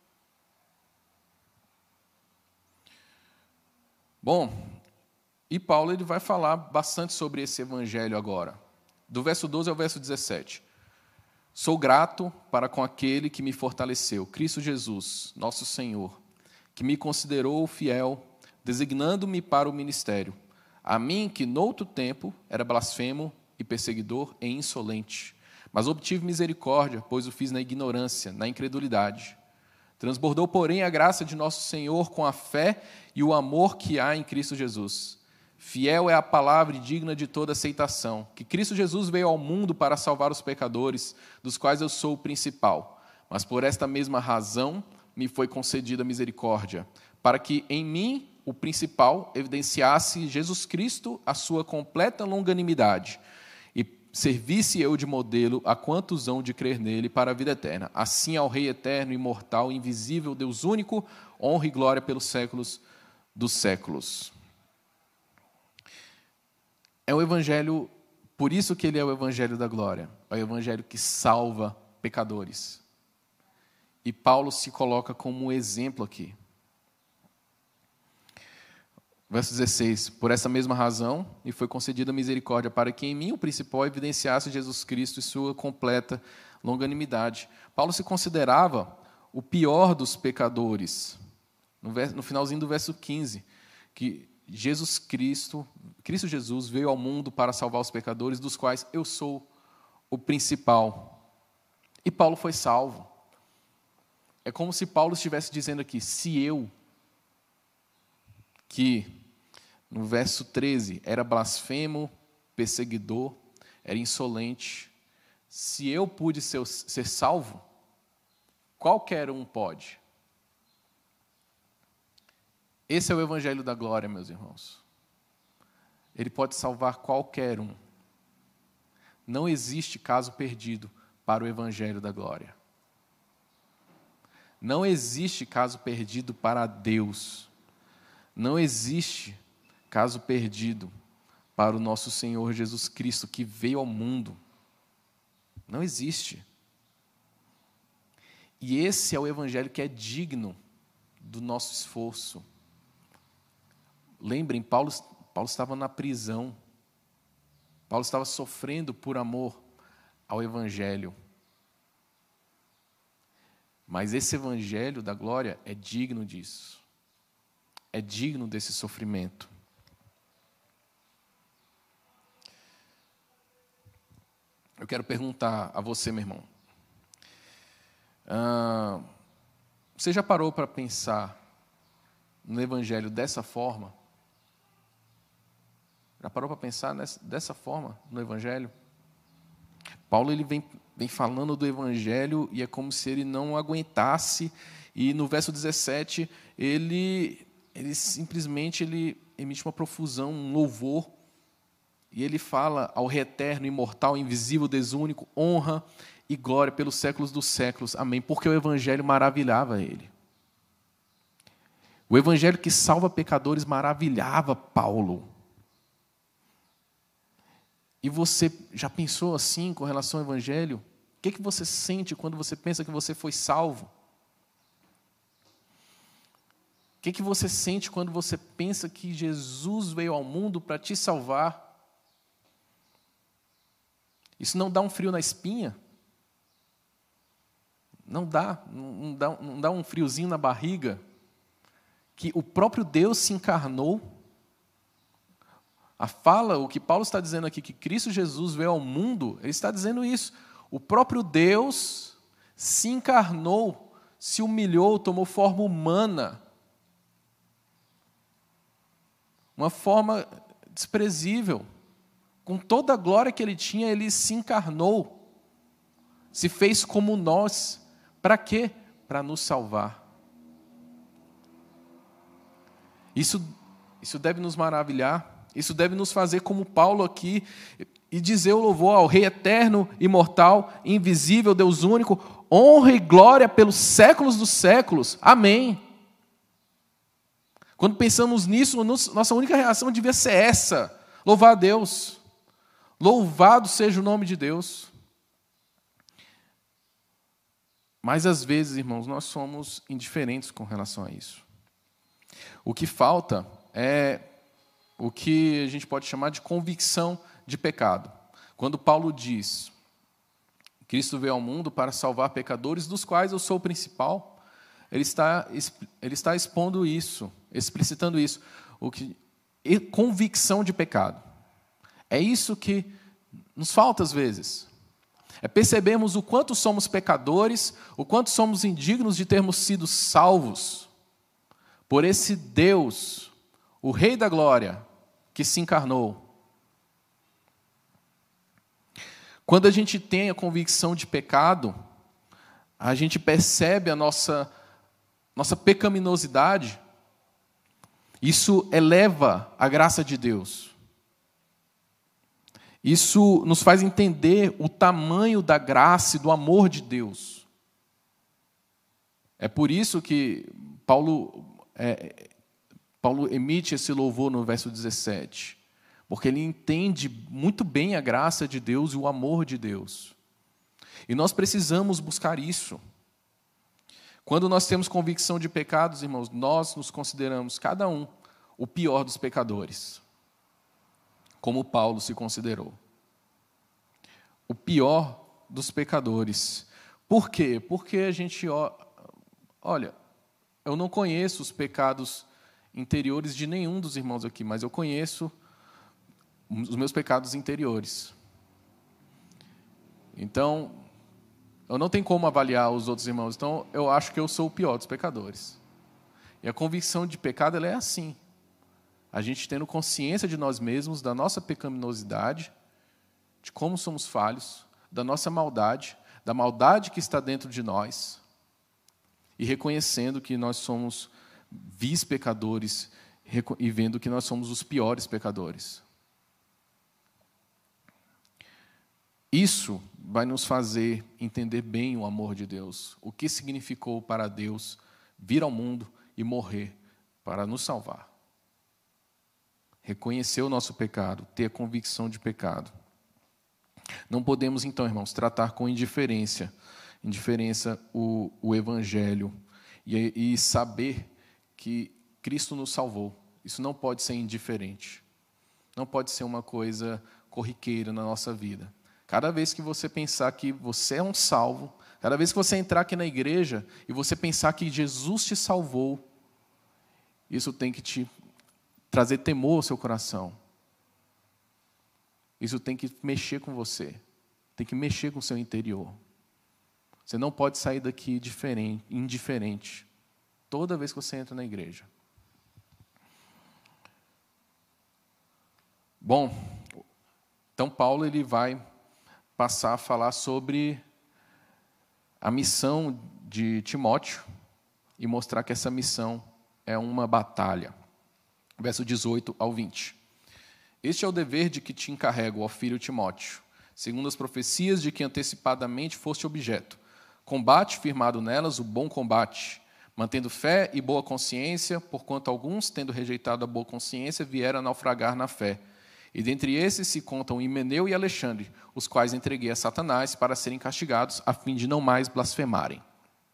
Bom, e Paulo ele vai falar bastante sobre esse evangelho agora. Do verso 12 ao verso 17. Sou grato para com aquele que me fortaleceu, Cristo Jesus, nosso Senhor, que me considerou fiel, designando-me para o ministério. A mim, que noutro tempo era blasfemo e perseguidor e insolente, mas obtive misericórdia, pois o fiz na ignorância, na incredulidade. Transbordou, porém, a graça de nosso Senhor com a fé e o amor que há em Cristo Jesus. Fiel é a palavra e digna de toda aceitação, que Cristo Jesus veio ao mundo para salvar os pecadores, dos quais eu sou o principal. Mas por esta mesma razão me foi concedida misericórdia, para que em mim, o principal, evidenciasse Jesus Cristo a sua completa longanimidade, e servisse eu de modelo a quantos hão de crer nele para a vida eterna. Assim ao Rei eterno, imortal, invisível, Deus único, honra e glória pelos séculos dos séculos. É o evangelho, por isso que ele é o evangelho da glória, é o evangelho que salva pecadores. E Paulo se coloca como um exemplo aqui. Verso 16, por essa mesma razão, me foi concedida misericórdia para que em mim o principal evidenciasse Jesus Cristo e sua completa longanimidade. Paulo se considerava o pior dos pecadores. No finalzinho do verso 15, que Cristo Jesus veio ao mundo para salvar os pecadores, dos quais eu sou o principal. E Paulo foi salvo. É como se Paulo estivesse dizendo aqui, se eu, que no verso 13 era blasfemo, perseguidor, era insolente, se eu pude ser salvo, qualquer um pode. Esse é o Evangelho da Glória, meus irmãos. Ele pode salvar qualquer um. Não existe caso perdido para o Evangelho da Glória. Não existe caso perdido para Deus. Não existe caso perdido para o nosso Senhor Jesus Cristo, que veio ao mundo. Não existe. E esse é o Evangelho que é digno do nosso esforço. Lembrem, Paulo estava na prisão. Paulo estava sofrendo por amor ao Evangelho. Mas esse Evangelho da glória é digno disso. É digno desse sofrimento. Eu quero perguntar a você, meu irmão. Você já parou para pensar no Evangelho dessa forma? Já parou para pensar dessa forma no Evangelho? Paulo ele vem falando do Evangelho e é como se ele não aguentasse. E no verso 17, ele simplesmente emite uma profusão, um louvor. E ele fala ao Rei eterno, imortal, invisível, desúnico, honra e glória pelos séculos dos séculos. Amém. Porque o Evangelho maravilhava ele. O Evangelho que salva pecadores maravilhava Paulo. E você já pensou assim com relação ao Evangelho? O que você sente quando você pensa que você foi salvo? O que você sente quando você pensa que Jesus veio ao mundo para te salvar? Isso não dá um frio na espinha? Não dá um friozinho na barriga? Que o próprio Deus se encarnou? O que Paulo está dizendo aqui, que Cristo Jesus veio ao mundo, ele está dizendo isso. O próprio Deus se encarnou, se humilhou, tomou forma humana. Uma forma desprezível. Com toda a glória que ele tinha, ele se encarnou. Se fez como nós. Para quê? Para nos salvar. Isso deve nos maravilhar. Isso deve nos fazer como Paulo aqui e dizer o louvor ao Rei eterno, imortal, invisível, Deus único, honra e glória pelos séculos dos séculos. Amém. Quando pensamos nisso, nossa única reação devia ser essa: louvar a Deus. Louvado seja o nome de Deus. Mas às vezes, irmãos, nós somos indiferentes com relação a isso. O que falta é o que a gente pode chamar de convicção de pecado. Quando Paulo diz, Cristo veio ao mundo para salvar pecadores, dos quais eu sou o principal, ele está expondo isso, explicitando isso. Convicção de pecado. É isso que nos falta às vezes. É percebermos o quanto somos pecadores, o quanto somos indignos de termos sido salvos por esse Deus, o Rei da Glória, que se encarnou. Quando a gente tem a convicção de pecado, a gente percebe a nossa pecaminosidade. Isso eleva a graça de Deus. Isso nos faz entender o tamanho da graça e do amor de Deus. É por isso que Paulo emite esse louvor no verso 17, porque ele entende muito bem a graça de Deus e o amor de Deus. E nós precisamos buscar isso. Quando nós temos convicção de pecados, irmãos, nós nos consideramos, cada um, o pior dos pecadores, como Paulo se considerou. O pior dos pecadores. Por quê? Porque a gente, olha, eu não conheço os pecados interiores de nenhum dos irmãos aqui, mas eu conheço os meus pecados interiores. Então, eu não tenho como avaliar os outros irmãos, então eu acho que eu sou o pior dos pecadores. E a convicção de pecado, ela é assim. A gente tendo consciência de nós mesmos, da nossa pecaminosidade, de como somos falhos, da nossa maldade, da maldade que está dentro de nós, e reconhecendo que nós somos vis-pecadores e vendo que nós somos os piores pecadores. Isso vai nos fazer entender bem o amor de Deus, o que significou para Deus vir ao mundo e morrer para nos salvar. Reconhecer o nosso pecado, ter a convicção de pecado. Não podemos, então, irmãos, tratar com indiferença o Evangelho e saber que Cristo nos salvou. Isso não pode ser indiferente. Não pode ser uma coisa corriqueira na nossa vida. Cada vez que você pensar que você é um salvo, cada vez que você entrar aqui na igreja e você pensar que Jesus te salvou, isso tem que te trazer temor ao seu coração. Isso tem que mexer com você. Tem que mexer com o seu interior. Você não pode sair daqui indiferente. Toda vez que você entra na igreja. Bom, então Paulo ele vai passar a falar sobre a missão de Timóteo e mostrar que essa missão é uma batalha. Verso 18 ao 20. Este é o dever de que te encarrego, ó filho Timóteo, segundo as profecias de que antecipadamente foste objeto. Combate firmado nelas o bom combate, mantendo fé e boa consciência, porquanto alguns, tendo rejeitado a boa consciência, vieram a naufragar na fé. E dentre esses se contam Himeneu e Alexandre, os quais entreguei a Satanás para serem castigados, a fim de não mais blasfemarem.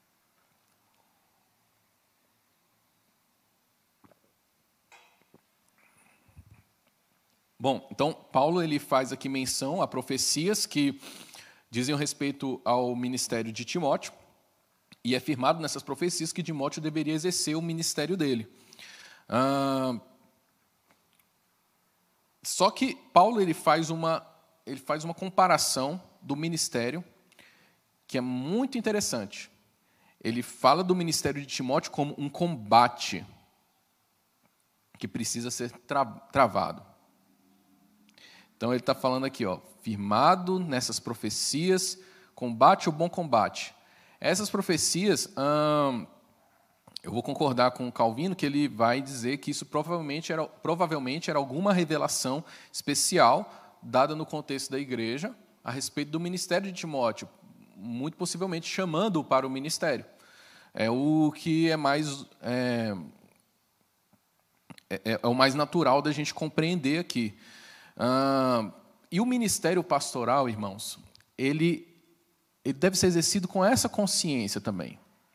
Bom, então Paulo ele faz aqui menção a profecias que dizem respeito ao ministério de Timóteo, e é afirmado nessas profecias que Timóteo deveria exercer o ministério dele. Só que Paulo ele faz uma comparação do ministério que é muito interessante. Ele fala do ministério de Timóteo como um combate que precisa ser travado. Então ele está falando aqui, firmado nessas profecias, combate o bom combate. Essas profecias, eu vou concordar com o Calvino, que ele vai dizer que isso provavelmente era alguma revelação especial dada no contexto da igreja a respeito do ministério de Timóteo, muito possivelmente chamando-o para o ministério. É o que é o mais natural da gente compreender aqui. E o ministério pastoral, irmãos, ele deve ser exercido com essa consciência também.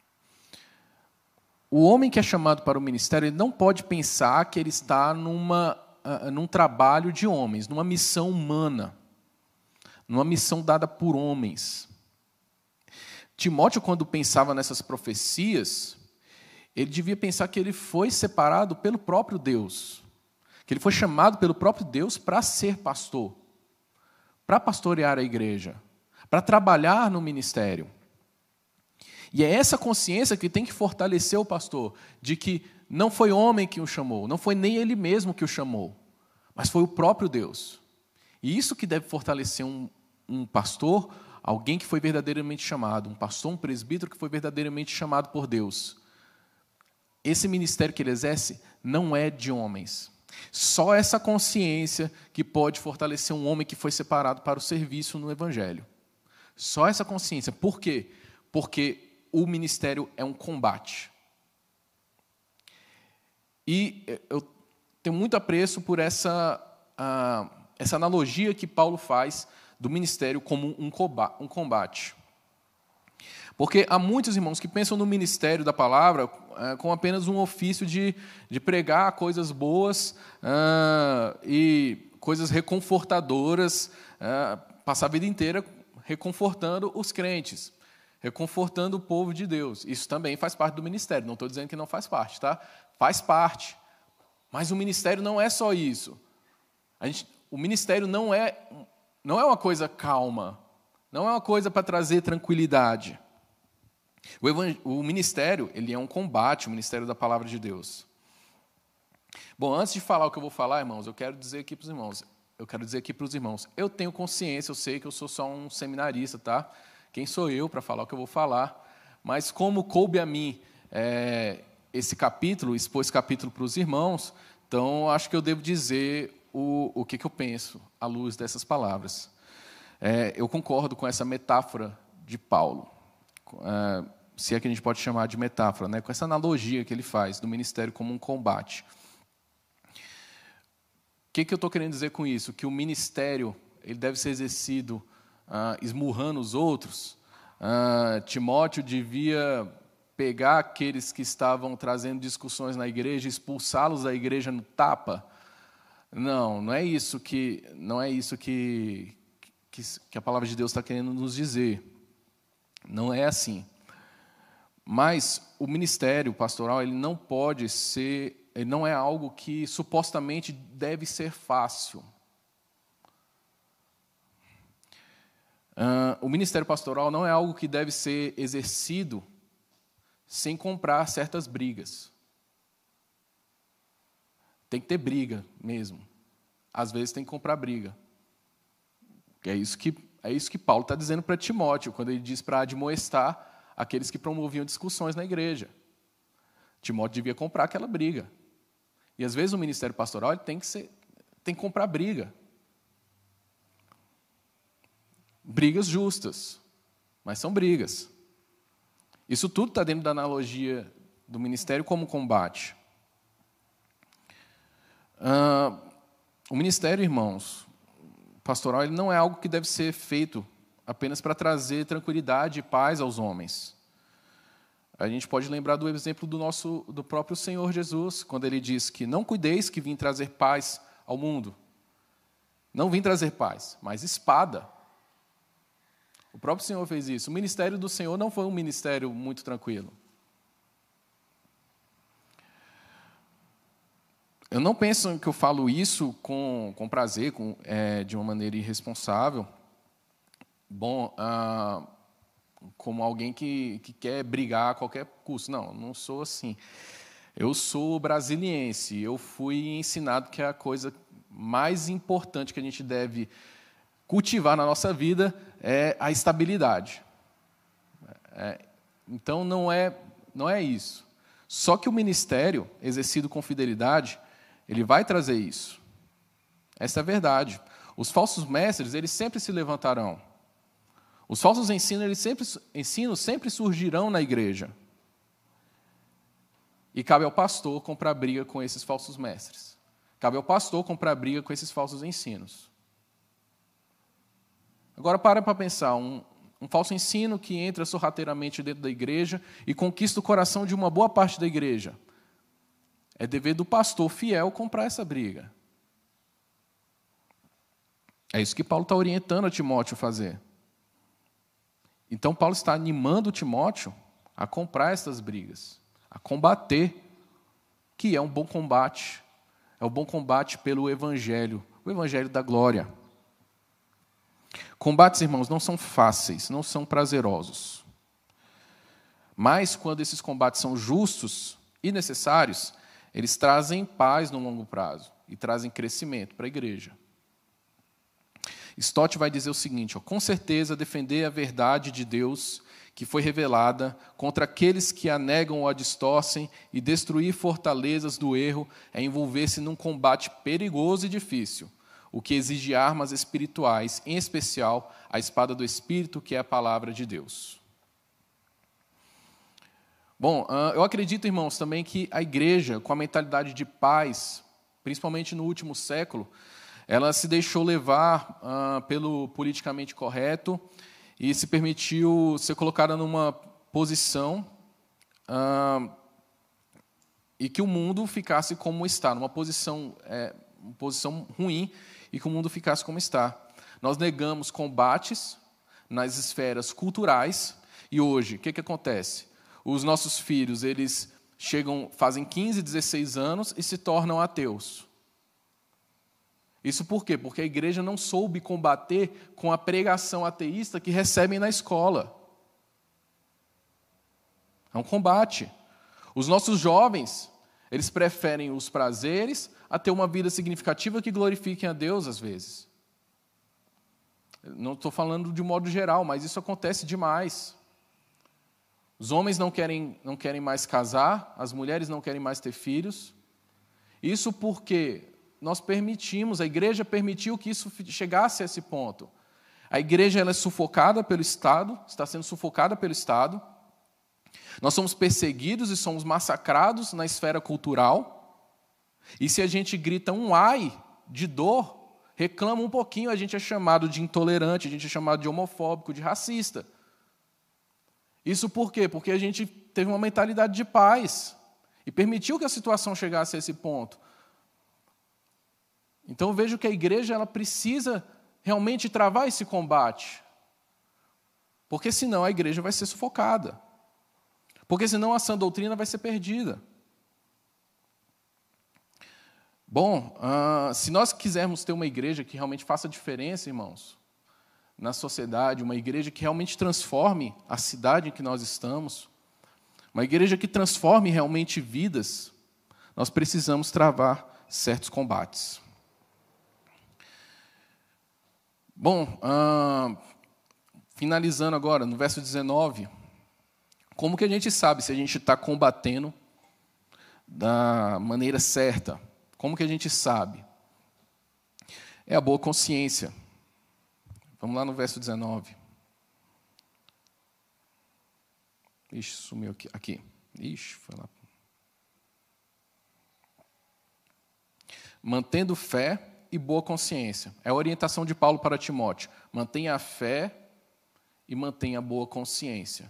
O homem que é chamado para o ministério, ele não pode pensar que ele está num trabalho de homens, numa missão humana, numa missão dada por homens. Timóteo, quando pensava nessas profecias, ele devia pensar que ele foi separado pelo próprio Deus. Que ele foi chamado pelo próprio Deus para ser pastor, para pastorear a igreja, para trabalhar no ministério. E é essa consciência que tem que fortalecer o pastor, de que não foi homem que o chamou, não foi nem ele mesmo que o chamou, mas foi o próprio Deus. E isso que deve fortalecer um pastor, alguém que foi verdadeiramente chamado, um pastor, um presbítero que foi verdadeiramente chamado por Deus. Esse ministério que ele exerce não é de homens. Só essa consciência que pode fortalecer um homem que foi separado para o serviço no Evangelho. Só essa consciência. Por quê? Porque o ministério é um combate. E eu tenho muito apreço por essa analogia que Paulo faz do ministério como um combate. Porque há muitos irmãos que pensam no ministério da palavra com apenas um ofício de pregar coisas boas e coisas reconfortadoras, passar a vida inteira reconfortando os crentes, reconfortando o povo de Deus. Isso também faz parte do ministério, não estou dizendo que não faz parte, tá? Faz parte. Mas o ministério não é só isso. O ministério não é uma coisa calma, não é uma coisa para trazer tranquilidade. O ministério, ele é um combate, o ministério da palavra de Deus. Bom, antes de falar o que eu vou falar, irmãos, eu quero dizer aqui para os irmãos, eu tenho consciência, eu sei que eu sou só um seminarista, tá? Quem sou eu para falar o que eu vou falar? Mas como coube a mim expor esse capítulo para os irmãos, então acho que eu devo dizer o que eu penso à luz dessas palavras. Eu concordo com essa metáfora de Paulo, se é que a gente pode chamar de metáfora, né? Com essa analogia que ele faz do ministério como um combate. O que eu estou querendo dizer com isso? Que o ministério ele deve ser exercido esmurrando os outros. Timóteo devia pegar aqueles que estavam trazendo discussões na igreja, expulsá-los da igreja no tapa. Não é isso que a palavra de Deus está querendo nos dizer. Não é assim. Mas o ministério pastoral ele não é algo que supostamente deve ser fácil. O ministério pastoral não é algo que deve ser exercido sem comprar certas brigas. Tem que ter briga mesmo. Às vezes tem que comprar briga. É isso que Paulo está dizendo para Timóteo, quando ele diz para admoestar aqueles que promoviam discussões na igreja. Timóteo devia comprar aquela briga. E às vezes o ministério pastoral ele tem que comprar briga. Brigas justas, mas são brigas. Isso tudo está dentro da analogia do ministério como combate. O ministério, irmãos, pastoral, ele não é algo que deve ser feito apenas para trazer tranquilidade e paz aos homens. A gente pode lembrar do exemplo do próprio Senhor Jesus, quando ele diz que não cuideis que vim trazer paz ao mundo. Não vim trazer paz, mas espada. O próprio Senhor fez isso. O ministério do Senhor não foi um ministério muito tranquilo. Eu não penso que eu falo isso com prazer, de uma maneira irresponsável. Bom, como alguém que quer brigar a qualquer custo. Não sou assim. Eu sou brasiliense. Eu fui ensinado que a coisa mais importante que a gente deve cultivar na nossa vida é a estabilidade. Então, não é isso. Só que o ministério, exercido com fidelidade, ele vai trazer isso. Essa é a verdade. Os falsos mestres, eles sempre se levantarão. Os falsos ensinos sempre surgirão na igreja. E cabe ao pastor comprar briga com esses falsos mestres. Cabe ao pastor comprar briga com esses falsos ensinos. Agora, para pensar, um falso ensino que entra sorrateiramente dentro da igreja e conquista o coração de uma boa parte da igreja. É dever do pastor fiel comprar essa briga. É isso que Paulo está orientando a Timóteo a fazer. Então, Paulo está animando Timóteo a comprar essas brigas, a combater, que é um bom combate. É o bom combate pelo Evangelho, o Evangelho da glória. Combates, irmãos, não são fáceis, não são prazerosos. Mas, quando esses combates são justos e necessários, eles trazem paz no longo prazo e trazem crescimento para a igreja. Stott vai dizer o seguinte, com certeza defender a verdade de Deus que foi revelada contra aqueles que a negam ou a distorcem e destruir fortalezas do erro é envolver-se num combate perigoso e difícil, o que exige armas espirituais, em especial a espada do Espírito, que é a palavra de Deus. Bom, eu acredito, irmãos, também que a igreja, com a mentalidade de paz, principalmente no último século, ela se deixou levar pelo politicamente correto e se permitiu ser colocada numa posição e que o mundo ficasse como está, numa posição ruim, e que o mundo ficasse como está. Nós negamos combates nas esferas culturais, e hoje, o que acontece? Os nossos filhos, eles fazem 15, 16 anos e se tornam ateus. Isso por quê? Porque a igreja não soube combater com a pregação ateísta que recebem na escola. É um combate. Os nossos jovens, eles preferem os prazeres a ter uma vida significativa que glorifiquem a Deus, às vezes. Não estou falando de modo geral, mas isso acontece demais. Os homens não querem mais casar, as mulheres não querem mais ter filhos. Isso porque nós permitimos, a igreja permitiu que isso chegasse a esse ponto. A igreja ela é sufocada pelo Estado, está sendo sufocada pelo Estado. Nós somos perseguidos e somos massacrados na esfera cultural. E se a gente grita um ai de dor, reclama um pouquinho, a gente é chamado de intolerante, a gente é chamado de homofóbico, de racista. Isso por quê? Porque a gente teve uma mentalidade de paz e permitiu que a situação chegasse a esse ponto. Então eu vejo que a igreja ela precisa realmente travar esse combate. Porque senão a igreja vai ser sufocada. Porque senão a sã doutrina vai ser perdida. Bom, se nós quisermos ter uma igreja que realmente faça diferença, irmãos, na sociedade, uma igreja que realmente transforme a cidade em que nós estamos, uma igreja que transforme realmente vidas, nós precisamos travar certos combates. Bom, finalizando agora, no verso 19, como que a gente sabe se a gente está combatendo da maneira certa? Como que a gente sabe? É a boa consciência. Vamos lá no verso 19. Ixi, sumiu aqui. Ixi, foi lá. Mantendo fé e boa consciência. É a orientação de Paulo para Timóteo. Mantenha a fé e mantenha a boa consciência.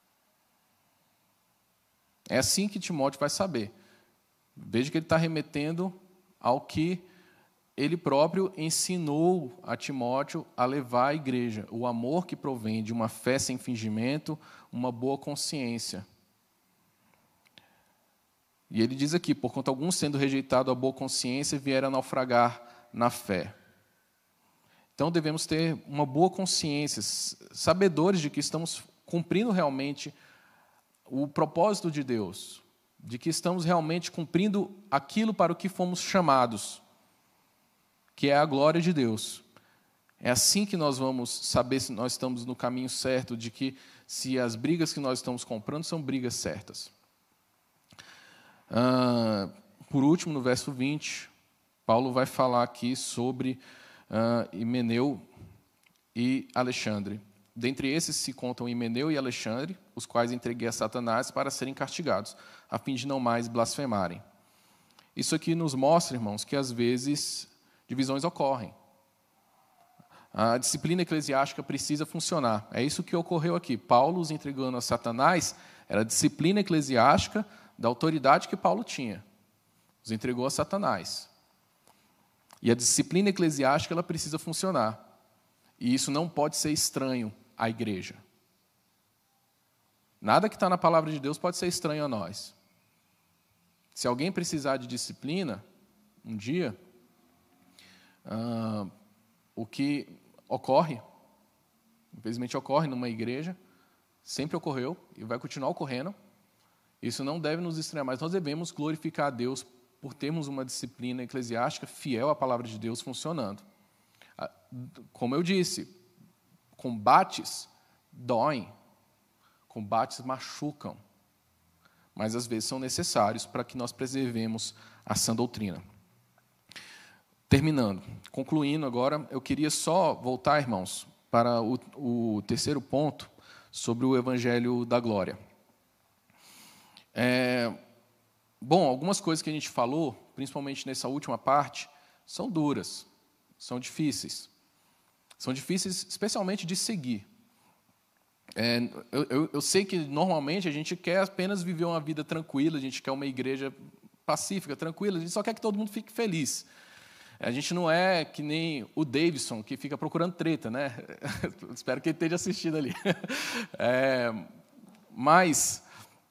É assim que Timóteo vai saber. Veja que ele está remetendo ao que ele próprio ensinou a Timóteo a levar à igreja. O amor que provém de uma fé sem fingimento, uma boa consciência. E ele diz aqui, porquanto alguns, sendo rejeitados a boa consciência, vieram a naufragar na fé. Então devemos ter uma boa consciência, sabedores de que estamos cumprindo realmente o propósito de Deus, de que estamos realmente cumprindo aquilo para o que fomos chamados, que é a glória de Deus. É assim que nós vamos saber se nós estamos no caminho certo, de que se as brigas que nós estamos comprando são brigas certas. Por último, no verso 20, Paulo vai falar aqui sobre Himeneu e Alexandre. Dentre esses se contam Himeneu e Alexandre, os quais entreguei a Satanás para serem castigados, a fim de não mais blasfemarem. Isso aqui nos mostra, irmãos, que às vezes divisões ocorrem. A disciplina eclesiástica precisa funcionar. É isso que ocorreu aqui. Paulo os entregando a Satanás era a disciplina eclesiástica da autoridade que Paulo tinha. Os entregou a Satanás. E a disciplina eclesiástica ela precisa funcionar. E isso não pode ser estranho à igreja. Nada que está na palavra de Deus pode ser estranho a nós. Se alguém precisar de disciplina, um dia, o que ocorre, infelizmente ocorre numa igreja, sempre ocorreu e vai continuar ocorrendo, isso não deve nos estranhar, mas nós devemos glorificar a Deus por termos uma disciplina eclesiástica fiel à palavra de Deus funcionando. Como eu disse, combates doem, combates machucam, mas às vezes são necessários para que nós preservemos a sã doutrina. Terminando, concluindo agora, eu queria só voltar, irmãos, para o terceiro ponto sobre o Evangelho da Glória. Bom, algumas coisas que a gente falou, principalmente nessa última parte, são duras, são difíceis. São difíceis especialmente de seguir. Eu sei que, normalmente, a gente quer apenas viver uma vida tranquila, a gente quer uma igreja pacífica, tranquila, a gente só quer que todo mundo fique feliz. A gente não é que nem o Davidson, que fica procurando treta, né? Espero que ele esteja assistindo ali. Mas,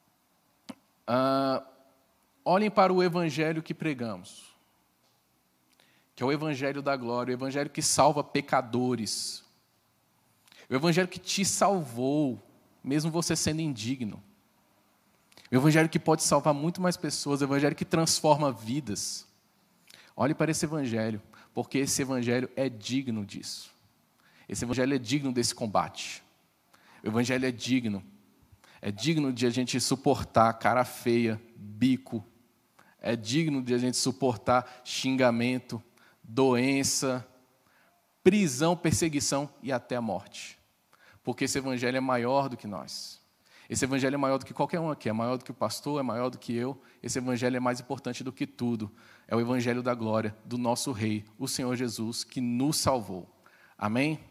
olhem para o evangelho que pregamos, que é o evangelho da glória, o evangelho que salva pecadores, o evangelho que te salvou, mesmo você sendo indigno, o evangelho que pode salvar muito mais pessoas, o evangelho que transforma vidas. Olhe para esse evangelho, porque esse evangelho é digno disso. Esse evangelho é digno desse combate. O evangelho é digno de a gente suportar cara feia, bico, é digno de a gente suportar xingamento, doença, prisão, perseguição e até a morte. Porque esse evangelho é maior do que nós. Esse evangelho é maior do que qualquer um aqui, é maior do que o pastor, é maior do que eu. Esse evangelho é mais importante do que tudo. É o evangelho da glória do nosso Rei, o Senhor Jesus, que nos salvou. Amém?